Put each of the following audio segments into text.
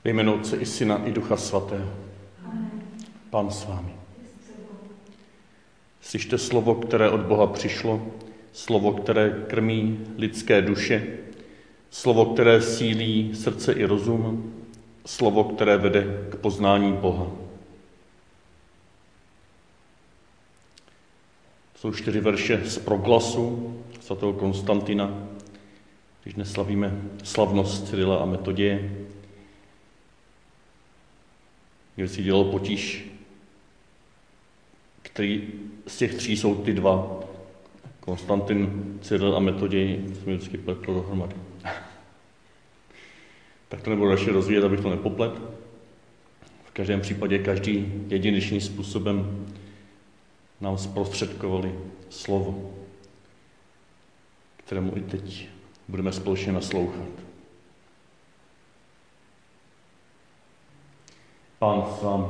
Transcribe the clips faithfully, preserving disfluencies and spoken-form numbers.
Ve jménu Otce i Syna i Ducha Svatého. Pán s vámi. Slyšte slovo, které od Boha přišlo, slovo, které krmí lidské duše, slovo, které sílí srdce i rozum, slovo, které vede k poznání Boha. Jsou čtyři verše z proglasu svatého Konstantina, když dnes slavíme slavnost Cyrila a Metoděje, kde si dělal potíž, který z těch tří jsou ty dva. Konstantin, Cyril a Metoděj, jsme mi vždycky pletl dohromady. Tak to nebudu radši rozvíjet, abych to nepoplet. V každém případě každý jedinečným způsobem nám zprostředkovali slovo, kterému i teď budeme společně naslouchat. Pán s vámi.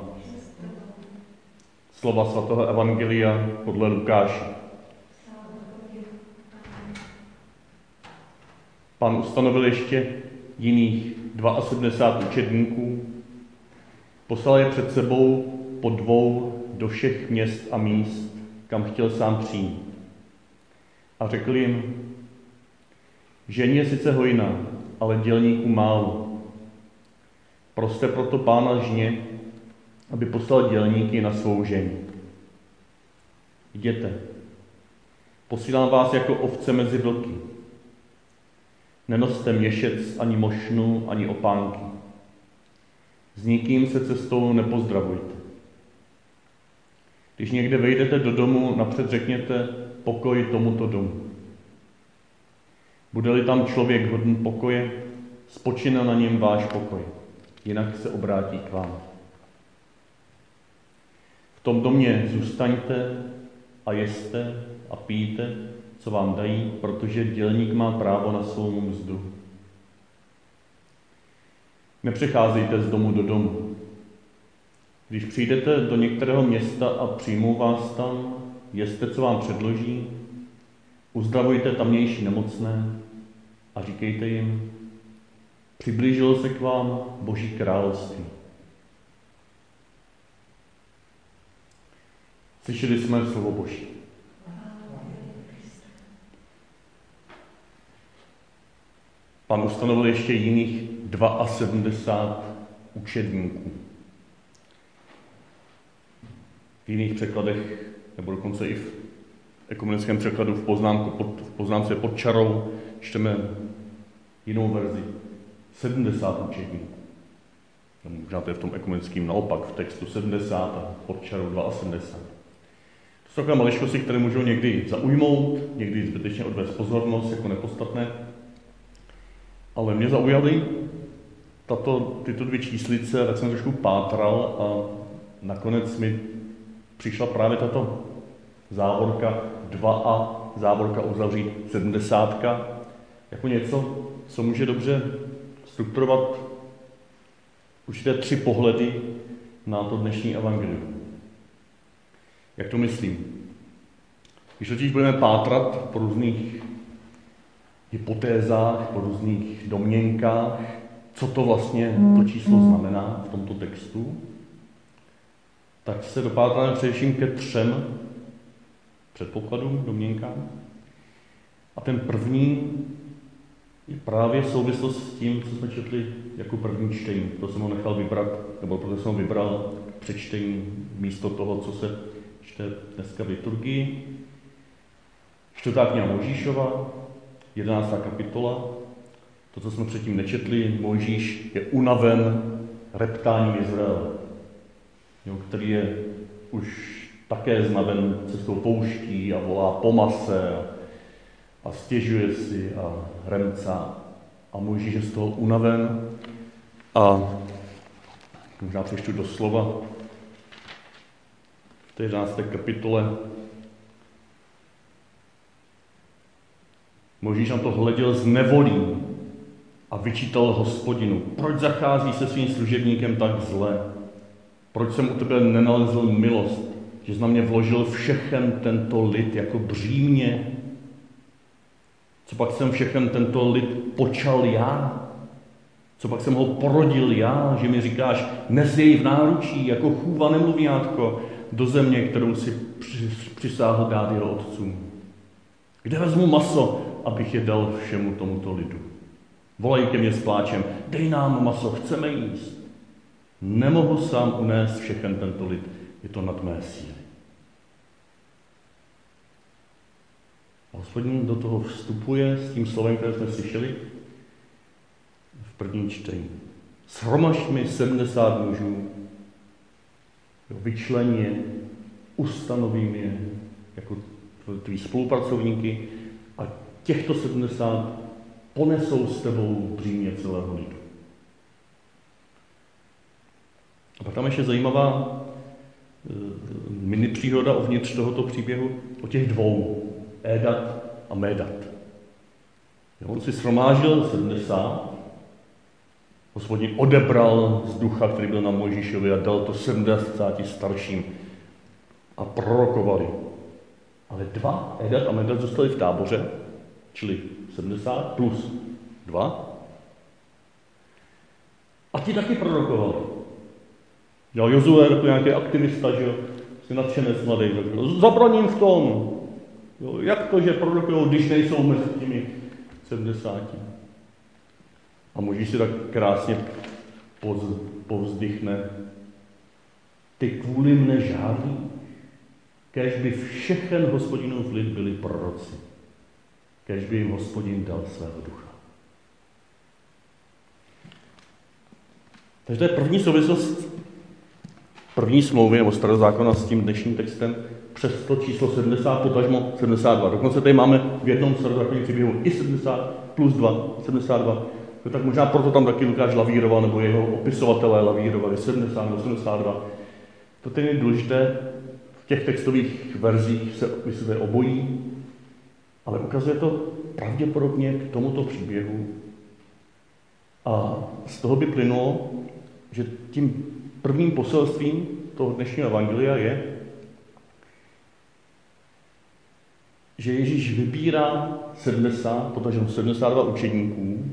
Slova svatého evangelia podle Lukáše. Pán ustanovil ještě jiných sedmdesát dva učedníků, poslal je před sebou po dvou do všech měst a míst, kam chtěl sám přijít. A řekl jim, žení je sice hojná, ale dělníků málo. Proste proto Pána žně, aby poslal dělníky na svou žení. Jděte, posílám vás jako ovce mezi vlky. Nenoste měšec, ani mošnu, ani opánky. S nikým se cestou nepozdravujte. Když někde vejdete do domu, napřed řekněte pokoj tomuto domu. Bude-li tam člověk hoden pokoje, spočine na něm váš pokoj, jinak se obrátí k vám. V tom domě zůstaňte a jeste a pijte, co vám dají, protože dělník má právo na svou mzdu. Nepřecházejte z domu do domu. Když přijdete do některého města a přijmou vás tam, jeste, co vám předloží, uzdravujte tamnější nemocné a říkejte jim, přiblížilo se k vám Boží království. Slyšeli jsme slovo Boží. Pán ustanovil ještě jiných sedmdesát dva učedníků. V jiných překladech, nebo dokonce i v ekumenickém překladu v, poznámku, pod, v poznámce pod čarou, čteme jinou verzi. sedmdesát učedníků. Možná to je v tom ekumenickém naopak, v textu sedmdesát a pod čarou sedmdesát dva. To jsou takové maličkosti, které můžou někdy zaujmout, někdy zbytečně odvést pozornost jako nepodstatné. Ale mě zaujaly tato, tyto dvě číslice, tak jsem trošku pátral a nakonec mi přišla právě tato závorka dva a závorka uzavřít sedmdesátka jako něco, co může dobře strukturovat určité tři pohledy na to dnešní evangelium. Jak to myslím? Když totiž budeme pátrat po různých hypotézách, po různých domněnkách, co to vlastně to číslo znamená v tomto textu, tak se dopátráme především ke třem předpokladům, domněnkám. A ten první je právě souvislost s tím, co jsme četli jako první čtení. To jsem ho nechal vybrat, nebo proto jsem ho vybral k přečtení místo toho, co se čte dneska v liturgii. Čtvrtá kniha Mojžíšova, jedenáctá kapitola. To, co jsme předtím nečetli, Mojžíš je unaven reptáním Izraele, který je už také znaven cestou pouští a volá po mase a, a stěžuje si a remcá. A Mojžíš je z toho unaven a možná přečtu doslova v té jedenácté kapitole. Mojžíš na to hleděl z nevolí a vyčítal Hospodinu. Proč zachází se svým služebníkem tak zle? Proč jsem u tebe nenalezl milost, že jsi na mě vložil všechen tento lid jako břímě? Co pak jsem všechen tento lid počal já? Co pak jsem ho porodil já, že mi říkáš, nes jej v náručí, jako chůva nemluvňátko, do země, kterou si přisáhl dát jeho otcům. Kde vezmu maso, abych je dal všemu tomuto lidu? Volají ke mně s pláčem, dej nám maso, chceme jíst. Nemohu sám unést všechen tento lid, je to nad mé síly. A Hospodin do toho vstupuje s tím slovem, které jsme slyšeli v prvním čtení. Shromažď mi sedmdesát mužů, vyčlení je, ustanovím je jako tví spolupracovníky a těchto sedmdesát ponesou s tebou břímě celého lidu. A pak tam ještě zajímavá mini příhoda uvnitř tohoto příběhu o těch dvou, Édat a Médat. On si shromáždil sedmdesát, Hospodin odebral z ducha, který byl na Mojžíšovi a dal to sedmdesáti starším a prorokovali. Ale dva, Édat a Médat, zůstali v táboře, čili sedmdesát plus dva. A ti taky prorokovali. Jo, Jozue jako nějaký aktivista, že jo, si nadšenec mladý, zabraním v tom. Jo, jak to, že prorokujou, když nejsou mezi těmi sedmdesáti. A Mojžíš si tak krásně poz, povzdychne. Ty kvůli mne žádný, kéž by všechen Hospodinův lid byli proroci. Kéž by jim Hospodin dal svého ducha. Takže to je první souvislost první smlouvy nebo starozákona s tím dnešním textem přes to číslo sedmdesát, potažmo sedmdesát dva. Dokonce tady máme v jednom starozákonním příběhu i sedmdesát plus dva, sedmdesát dva. No tak možná proto tam taky Lukáš lavíroval, nebo jeho opisovatelé lavírovali sedmdesát nebo sedmdesát dva. To tedy je důležité, v těch textových verzích se vysvětluje obojí, ale ukazuje to pravděpodobně k tomuto příběhu. A z toho by plynulo, že tím prvním poselstvím toho dnešního evangelia je, že Ježíš vybírá sedmdesát, protože sedmdesát dva učedníků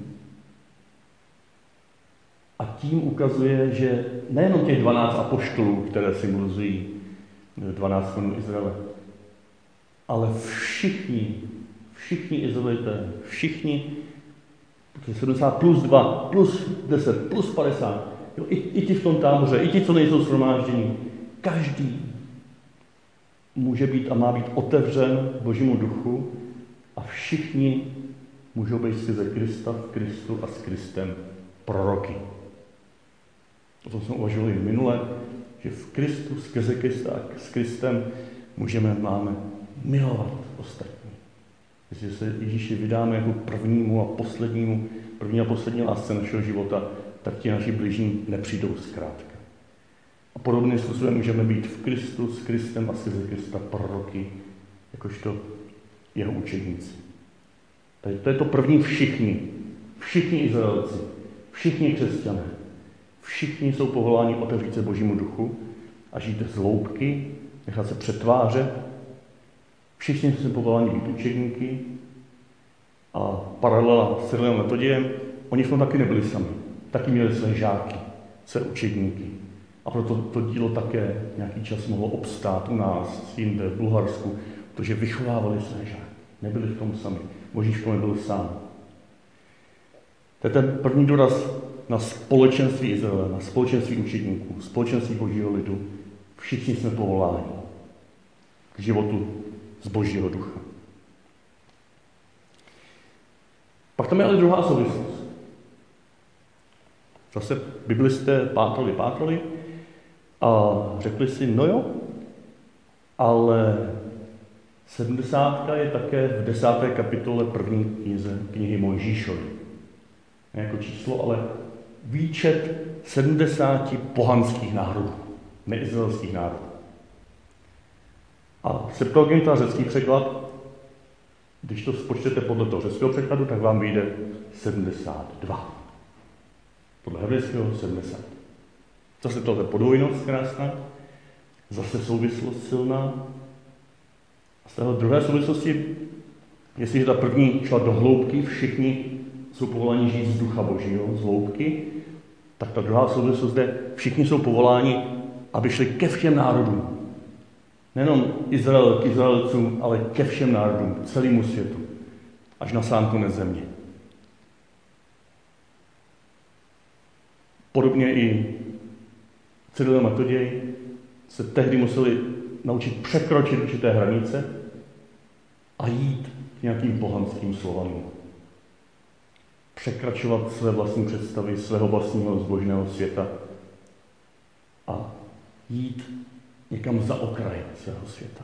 a tím ukazuje, že nejenom těch dvanáct apoštolů, které symbolizují dvanáct konů Izraele, ale všichni, všichni Izraelité, všichni, sedmdesát plus dva, plus deset, plus padesát, jo, i, i ti v tom táboře, i ti, co nejsou shromáždění, každý může být a má být otevřen Božímu duchu a všichni můžou být skrze Krista v Kristu a s Kristem proroky. O tom jsme uvažovali minule, že v Kristu, skrze Krista a s Kristem můžeme, máme milovat ostatní. Jestli se Ježíši vydáme jako prvnímu a poslednímu, první a poslední lásce našeho života, tak ti naši bližní nepřijdou zkrátka. A podobným způsobem můžeme být v Kristu, s Kristem a skrze Krista proroky, jakožto jeho učedníci. Takže to je to první všichni. Všichni Izraelci, všichni křesťané. Všichni jsou povoláni otevřít se Božímu duchu a žít z hloubky, nechat se přetvářet. Všichni jsou povoláni být učedníky a paralela s Cyrilem Metodiem, oni v tom taky nebyli sami. Taky měli své žáky, své učedníky. A proto to dílo také nějaký čas mohlo obstát u nás, jinde, v Bulharsku, protože vychovávali své žáky. Nebyli v tom sami. Možíš v tom nebyl sám. To je ten první důraz na společenství Izraele, na společenství učedníků, společenství Božího lidu. Všichni jsme povoláni k životu z Božího ducha. Pak tam je ale druhá souvislost. Zase biblisté pátrali, pátrali a řekli si, no jo, ale sedmdesátka je také v desáté kapitole první knize knihy Mojžíšovy. Ne jako číslo, ale výčet sedmdesáti pohanských národů, neizraelských národů. A Septuaginta, řecký překlad, když to spočtete podle toho řeckého překladu, tak vám vyjde sedmdesát dva. Podle hebrejského sedmdesát. Zase tohle podvojnost krásná, zase souvislost silná. A z téhle druhé souvislosti, jestliže ta první šla do hloubky, všichni jsou povoláni žít z ducha božího, z hloubky, tak ta druhá souvislost zde, všichni jsou povoláni, aby šli ke všem národům. Nejenom Izrael k Izraelcům, ale ke všem národům, k celému světu, až na sám konec země. Podobně i Cyril a Metoděj se tehdy museli naučit překročit určité hranice a jít k nějakým pohanským Slovanům. Překračovat své vlastní představy, svého vlastního zbožného světa a jít někam za okraj svého světa.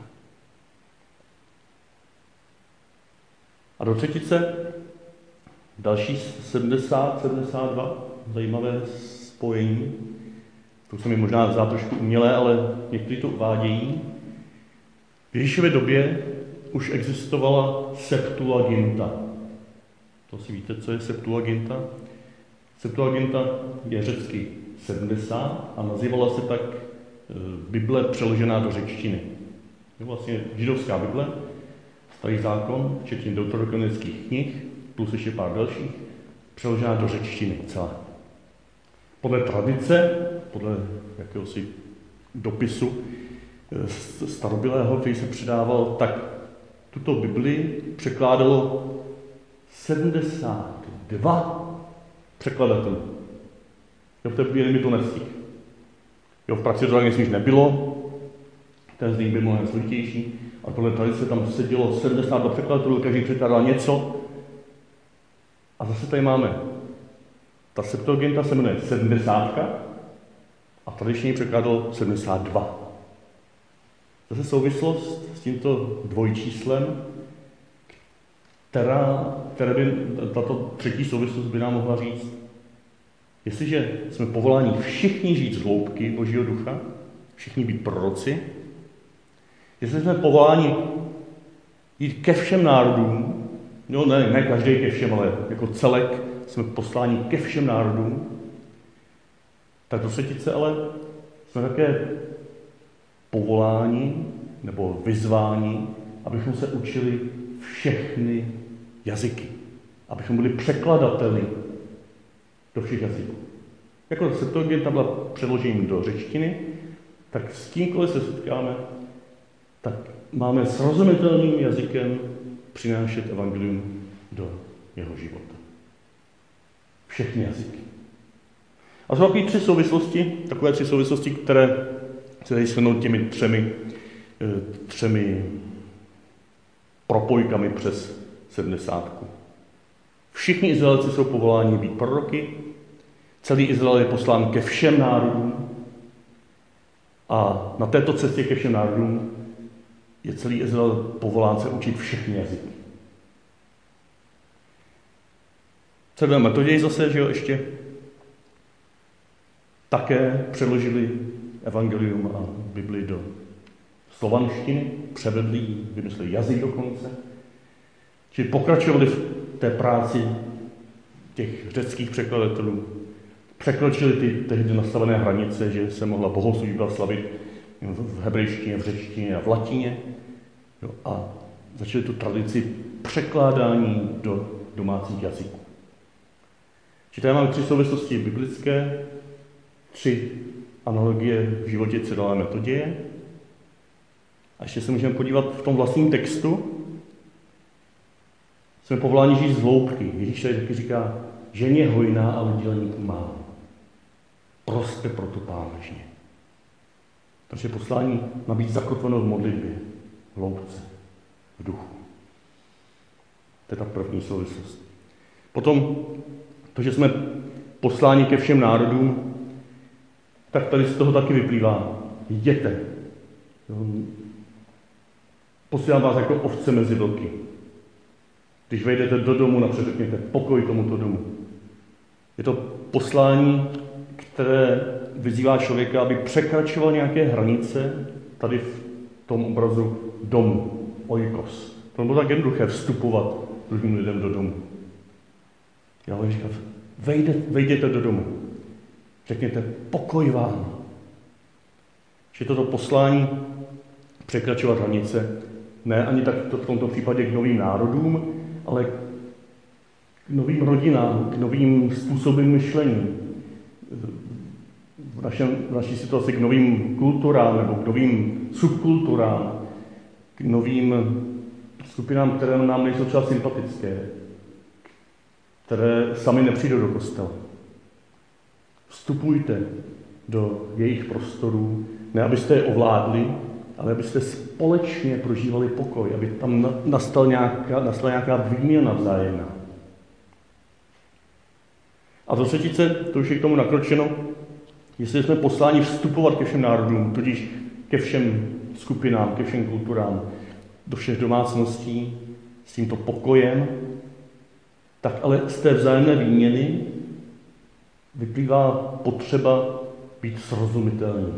A do třetice další sedmdesát, sedmdesát dva, zajímavé spojení. To se mi možná zdá trošku umělé, ale někteří to uvádějí. V Ježíšově době už existovala Septuaginta. To si víte, co je Septuaginta? Septuaginta je řecky sedmdesát a nazývala se tak Bible přeložená do řečtiny. Je vlastně židovská Bible, Starý zákon, včetně deuterokanonických knih, plus ještě pár dalších, přeložená do řečtiny celá. Podle tradice, podle jakéhosi dopisu starobylého, který se předával, tak tuto Bibli překládalo sedmdesát dva překladatelů. Jo, v té Bibli by to nestihl. Jo, v praxi to tak nesmíš nebylo, ten zlým byl mnohem složitější, ale podle tradice tam sedělo sedmdesát dva překladatelů, každý překládal něco. A zase tady máme, ta Septuaginta se jmenuje sedmdesátka a tradičně překládal sedmdesát dva. Zase souvislost s tímto dvojčíslem, která, které by, tato třetí souvislost by nám mohla říct, jestliže jsme povoláni všichni žít z hloubky Božího ducha, všichni být proroci, jestli jsme povoláni jít ke všem národům, no ne, ne každý ke všem, ale jako celek jsme posláni ke všem národům, tak do třetice ale jsme také povoláni nebo vyzváni, abychom se učili všechny jazyky. Abychom byli překladateli do všech jazyků. Jako Septuaginta byla přeložením do řečtiny, tak s kýmkoliv se setkáme, tak máme srozumitelným jazykem přinášet evangelium do jeho života. Všechny jazyky. A jsou takové tři souvislosti, takové tři souvislosti, které se dají shrnout těmi třemi, třemi propojkami přes sedmdesátku. Všichni Izraelci jsou povoláni být proroky, celý Izrael je poslán ke všem národům a na této cestě ke všem národům je celý Izrael povolán se učit všechny jazyky. Cyril Metoděj zase, že jo, ještě také přeložili evangelium a Bibli do slovanštiny, převedli ji, vymysleli jazyk dokonce. Čili pokračovali v té práci těch řeckých překladatelů. Překročili ty tehdy nastavené hranice, že se mohla bohoslužba slavit v hebrejštině, v řečtině a v latině. Jo, a začali tu tradici překládání do domácích jazyků. Čili tady máme tři souvislosti biblické, tři analogie v životě Cyrila a Metoděje. A ještě se můžeme podívat v tom vlastním textu. Jsme povoláni žít z hloubky. Ježíš tady taky říká, žen je hojná, ale dělníků málo. Proste proto pánožně. Takže poslání má být zakotveno v modlitbě, v hloubce, v duchu. To je ta první souvislost. Potom to, že jsme posláni ke všem národům, tak tady z toho taky vyplývá. Jděte. Posílám vás jako ovce mezi vlky. Když vejdete do domu, napřed řekněte pokoj tomuto domu. Je to poslání, které vyzývá člověka, aby překračoval nějaké hranice tady v tom obrazu domu, oikos. To bylo tak jednoduché vstupovat druhým lidem do domu. Já vám říkám, vejde, vejděte do domu. Řekněte pokoj vám. Že toto poslání překračovat hranice, ne ani tak to v tomto případě k novým národům, ale k novým rodinám, k novým způsobům myšlení, v, našem, v naší situaci k novým kulturám nebo k novým subkulturám, k novým skupinám, které nám nejsou třeba sympatické, které sami nepřijdou do kostela. Vstupujte do jejich prostorů, ne abyste je ovládli, ale abyste společně prožívali pokoj, aby tam nastal nějaká, nastala nějaká výměna vzájemná. A za třetice, to už je k tomu nakročeno, jestli jsme posláni vstupovat ke všem národům, tudíž ke všem skupinám, ke všem kulturám, do všech domácností, s tímto pokojem, tak ale z té vzájemné výměny vyplývá potřeba být srozumitelný.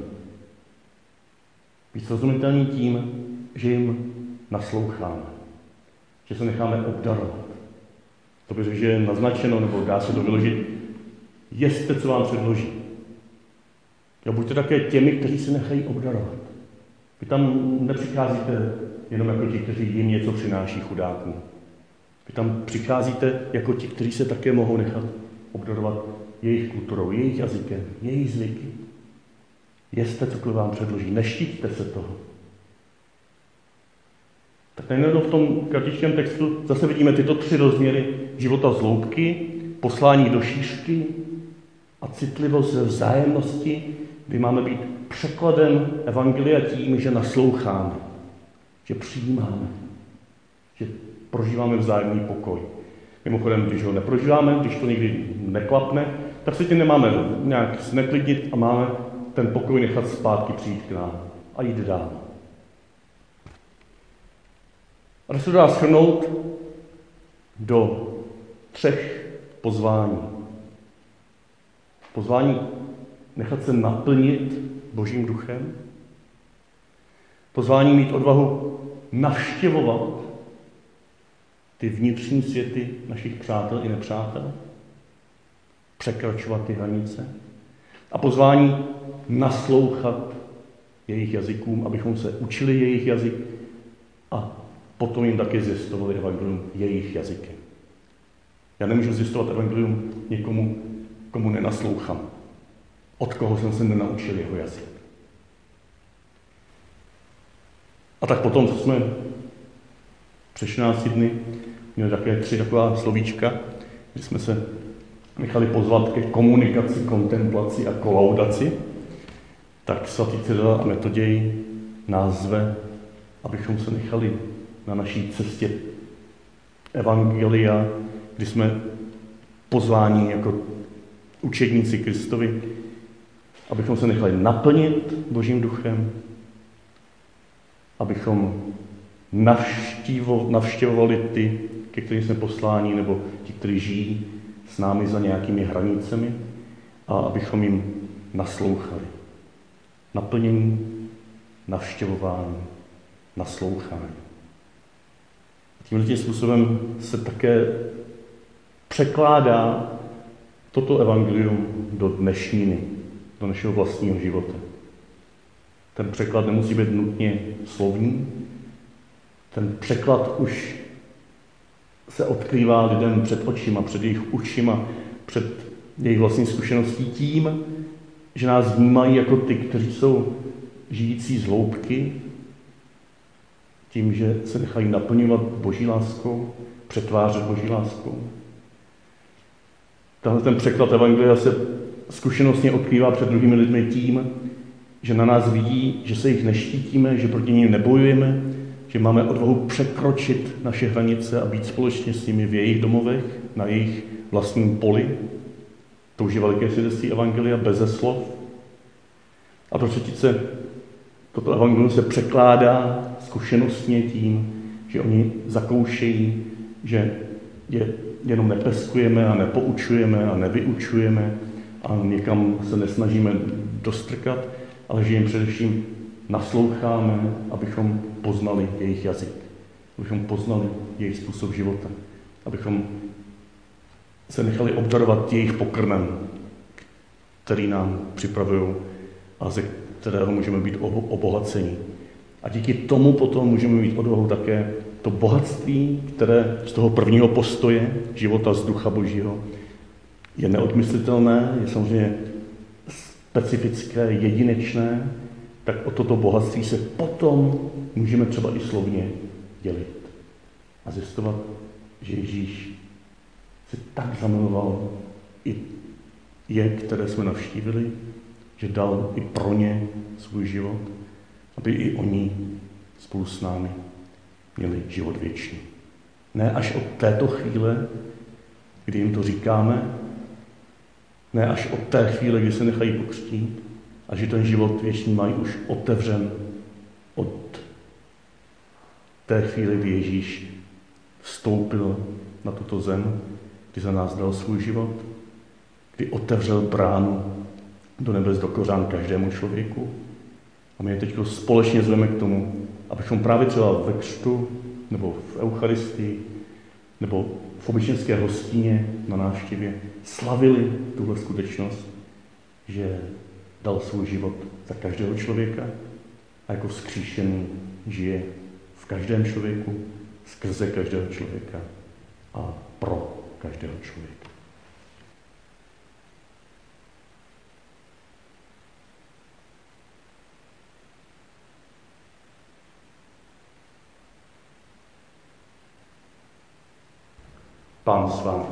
Být srozumitelný tím, že jim nasloucháme, že se necháme obdarovat. To by řekl, že je naznačeno, nebo dá se to vyložit, jeste, co vám předloží. A buďte také těmi, kteří se nechají obdarovat. Vy tam nepřicházíte jenom jako ti, kteří jim něco přináší chudákům. Vy tam přicházíte jako ti, kteří se také mohou nechat obdarovat jejich kulturou, jejich jazykem, jejich zvyky. Jeste, cokoliv vám předloží. Neštíťte se toho. Tak najednou v tom kratičkém textu zase vidíme tyto tři rozměry života z hloubky, poslání do šířky a citlivost ze vzájemnosti, kdy máme být překladem evangelia tím, že nasloucháme, že přijímáme, že prožíváme vzájemný pokoj. Mimochodem, když ho neprožíváme, když to někdy neklapne, tak se tím nemáme nějak zneklidnit a máme ten pokoj nechat zpátky přijít k nám a jít dál. A když se dá shrnout do třech pozvání. Pozvání nechat se naplnit Božím duchem, pozvání mít odvahu navštěvovat ty vnitřní světy našich přátel i nepřátel, překračovat ty hranice a pozvání naslouchat jejich jazykům, abychom se učili jejich jazyk a potom jim taky zjistovali evangelium jejich jazykem. Já nemůžu zjistovat evangelium někomu, komu nenaslouchám, od koho jsem se nenaučil jeho jazyk. A tak potom, co jsme před čtrnácti dny měli také tři taková slovíčka, kdy jsme se nechali pozvat ke komunikaci, kontemplaci a kolaudaci, tak svatý Cyril a Metoděj nás zve, abychom se nechali na naší cestě evangelia, kdy jsme pozváni jako učedníci Kristovi, abychom se nechali naplnit Božím duchem, abychom navštěvovali ty, ke kterým jsme posláni, nebo ti, kteří žijí s námi za nějakými hranicemi, a abychom jim naslouchali. Naplnění, navštěvování, naslouchání. Tímhle způsobem se také překládá toto evangelium do dnešní, do našeho vlastního života. Ten překlad nemusí být nutně slovní, ten překlad už se odkrývá lidem před očima, před jejich ušima, před jejich vlastní zkušeností tím, že nás vnímají jako ty, kteří jsou žijící z hloubky, tím, že se nechají naplňovat Boží láskou, přetvářet Boží láskou. Tahle ten překlad evangelia se zkušenostně odkrývá před druhými lidmi tím, že na nás vidí, že se jich neštítíme, že proti nim nebojujeme, že máme odvahu překročit naše hranice a být společně s nimi v jejich domovech, na jejich vlastním poli. To už je veliké svědectví evangelia beze slov. A pro třetice, toto evangelium se překládá zkušenostně tím, že oni zakoušejí, že je jenom nepeskujeme a nepoučujeme a nevyučujeme a někam se nesnažíme dostrkat, ale že jim především nasloucháme, abychom poznali jejich jazyk, abychom poznali jejich způsob života, abychom se nechali obdarovat jejich pokrmem, který nám připravují a ze kterého můžeme být obohaceni. A díky tomu potom můžeme mít odvahu také to bohatství, které z toho prvního postoje života z Ducha Božího je neodmyslitelné, je samozřejmě specifické, jedinečné, tak o toto bohatství se potom můžeme třeba i slovně dělit. A zjistovat, že Ježíš se tak zamiloval i je, které jsme navštívili, že dal i pro ně svůj život, aby i oni spolu s námi měli život věčný. Ne až od této chvíle, kdy jim to říkáme, ne až od té chvíle, kdy se nechají pokřtít, a že ten život věčný mají už otevřen od té chvíle, kdy Ježíš vstoupil na tuto zem, kdy za nás dal svůj život, kdy otevřel bránu do nebes, do kořán každému člověku. A my je teď společně zveme k tomu, abychom právě třeba ve křtu, nebo v Eucharistii, nebo v obyčejné hostině na návštěvě slavili tuhle skutečnost, že dal svůj život za každého člověka a jako vzkříšený žije v každém člověku, skrze každého člověka a pro každého člověka. Pán s vámi.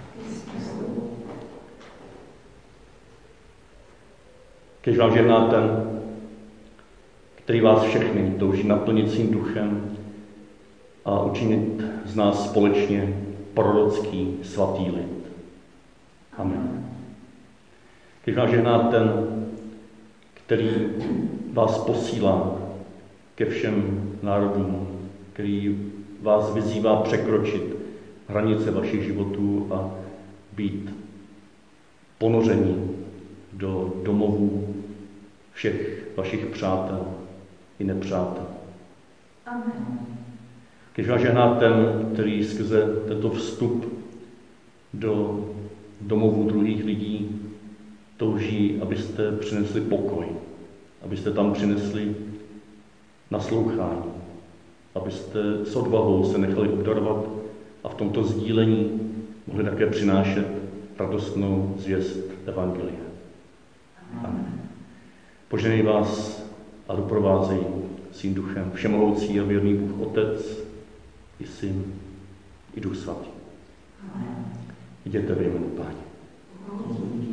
Kež vám žehná ten, který vás všechny touží naplnit svým duchem a učinit z nás společně prorocký svatý lid. Amen. Kež vám žehná ten, který vás posílá ke všem národům, který vás vyzývá překročit hranice vašich životů a být ponoření do domovů všech vašich přátel i nepřátel. Amen. Kež vás žehná ten, který skrze tento vstup do domovů druhých lidí touží, abyste přinesli pokoj, abyste tam přinesli naslouchání, abyste s odvahou se nechali obdarovat a v tomto sdílení mohli také přinášet radostnou zvěst evangelia. Amen. Poženej vás a doprovázej svým duchem všemohoucí a věrný Bůh Otec i Syn i Duch Svatý. Amen. Jděte ve jménu Páně.